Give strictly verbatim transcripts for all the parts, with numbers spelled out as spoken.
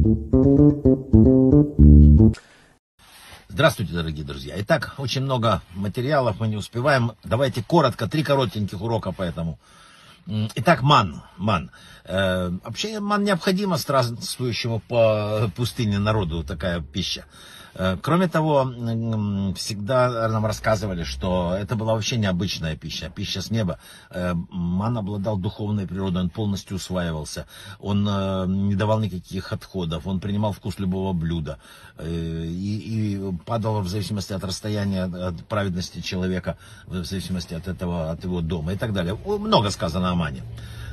Здравствуйте, дорогие друзья. Итак, очень много материалов, мы не успеваем. Давайте коротко, три коротеньких урока по этому. Итак, ман. ман. Э, вообще, ман необходимо странствующему по пустыне народу, такая пища. Э, кроме того, всегда нам рассказывали, что это была вообще необычная пища, пища с неба. Э, ман обладал духовной природой, он полностью усваивался, он э, не давал никаких отходов, он принимал вкус любого блюда э, и, и падал в зависимости от расстояния, от праведности человека, в зависимости от этого, от его дома и так далее. Много сказано о мане.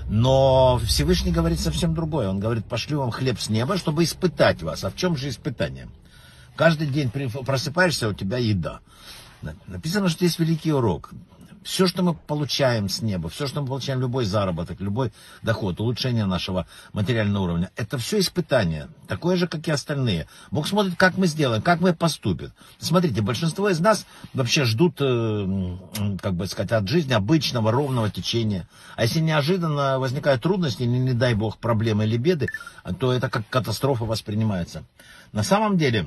Но Всевышний говорит совсем другое. Он говорит: пошлю вам хлеб с неба, чтобы испытать вас. А в чем же испытание? Каждый день просыпаешься, у тебя еда. Написано, что есть великий урок. Все, что мы получаем с неба, все, что мы получаем, любой заработок, любой доход, улучшение нашего материального уровня, это все испытание, такое же, как и остальные. Бог смотрит, как мы сделаем, как мы поступим. Смотрите, большинство из нас вообще ждут, как бы сказать, от жизни обычного, ровного течения. А если неожиданно возникают трудности, или, не дай Бог, проблемы или беды, то это как катастрофа воспринимается. На самом деле,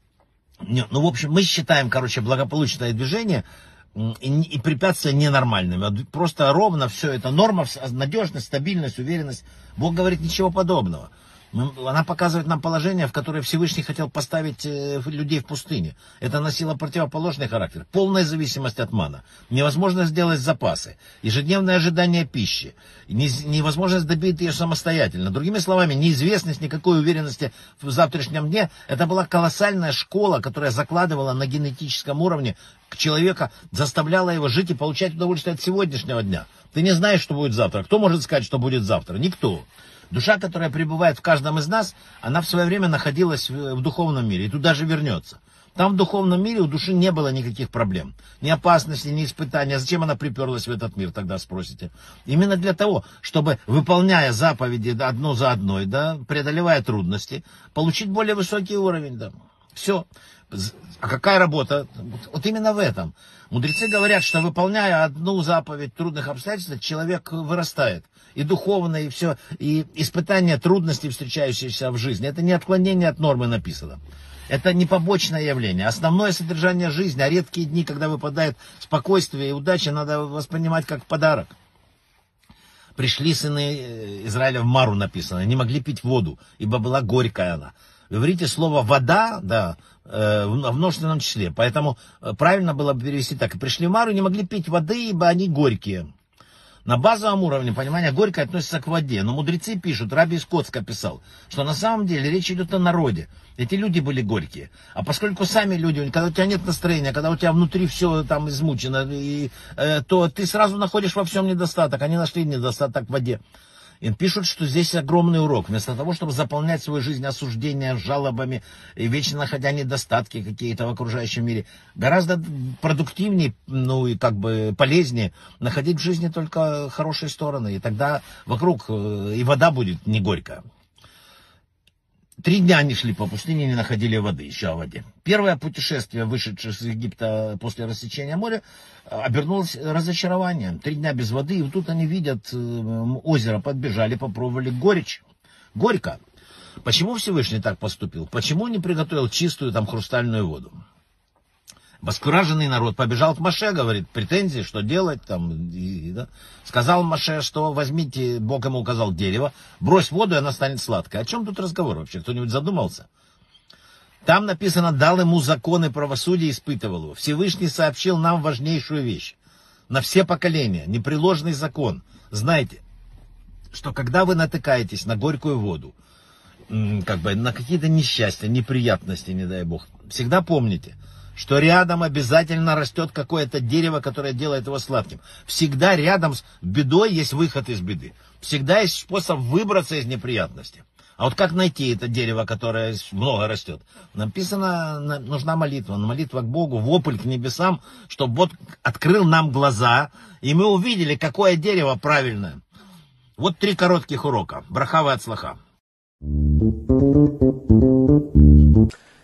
ну, в общем, мы считаем, короче, благополучное движение И, и препятствия ненормальными. Просто ровно все это норма, надежность, стабильность, уверенность. Бог говорит ничего подобного. Она показывает нам положение, в которое Всевышний хотел поставить людей в пустыне. Это носило противоположный характер. Полная зависимость от мана. Невозможность сделать запасы. Ежедневное ожидание пищи. Невозможность добить ее самостоятельно. Другими словами, неизвестность никакой уверенности в завтрашнем дне. Это была колоссальная школа, которая закладывала на генетическом уровне к человека, заставляла его жить и получать удовольствие от сегодняшнего дня. Ты не знаешь, что будет завтра. Кто может сказать, что будет завтра? Никто. Душа, которая пребывает в каждом из нас, она в свое время находилась в, в духовном мире и туда же вернется. Там в духовном мире у души не было никаких проблем. Ни опасности, ни испытаний. А зачем она приперлась в этот мир, тогда спросите? Именно для того, чтобы, выполняя заповеди одну за одной, да, преодолевая трудности, получить более высокий уровень. Да. Все. А какая работа? Вот именно в этом. Мудрецы говорят, что выполняя одну заповедь в трудных обстоятельствах, человек вырастает. И духовно, и все. И испытания трудностей, встречающиеся в жизни, это не отклонение от нормы написано. Это не побочное явление. Основное содержание жизни, а редкие дни, когда выпадает спокойствие и удача, надо воспринимать как подарок. Пришли сыны Израиля в Мару, написано, не могли пить воду, ибо была горькая она. В иврите слово «вода», да, э, в множественном числе. Поэтому правильно было бы перевести так. Пришли в Мару и не могли пить воды, ибо они горькие. На базовом уровне, понимания, горькое относится к воде. Но мудрецы пишут, Раби Скотска писал, что на самом деле речь идет о народе. Эти люди были горькие. А поскольку сами люди, когда у тебя нет настроения, когда у тебя внутри все там измучено, и, э, то ты сразу находишь во всем недостаток. Они нашли недостаток в воде. И пишут, что здесь огромный урок. Вместо того, чтобы заполнять свою жизнь осуждения, жалобами, и вечно находя недостатки какие-то в окружающем мире, гораздо продуктивнее, ну и как бы полезнее находить в жизни только хорошие стороны. И тогда вокруг и вода будет не горькая. Три дня они шли по пустыне и не находили воды, еще о воде. Первое путешествие, вышедшее из Египта после рассечения моря, обернулось разочарованием. Три дня без воды, и вот тут они видят озеро, подбежали, попробовали горечь. Горько. Почему Всевышний так поступил? Почему не приготовил чистую там хрустальную воду? Обескураженный народ побежал к Моше, говорит, претензии, что делать там. И, да. Сказал Моше, что возьмите, Бог ему указал дерево, брось воду, и она станет сладкой. О чем тут разговор вообще? Кто-нибудь задумался? Там написано, дал ему закон и правосудие, испытывал его. Всевышний сообщил нам важнейшую вещь. На все поколения, непреложный закон. Знаете, что когда вы натыкаетесь на горькую воду, как бы на какие-то несчастья, неприятности, не дай Бог, всегда помните, что рядом обязательно растет какое-то дерево, которое делает его сладким. Всегда рядом с бедой есть выход из беды. Всегда есть способ выбраться из неприятности. А вот как найти это дерево, которое много растет? Написано, нужна молитва. Молитва к Богу, вопль к небесам, чтобы Бог открыл нам глаза, и мы увидели, какое дерево правильное. Вот три коротких урока. Браха ва ацлаха.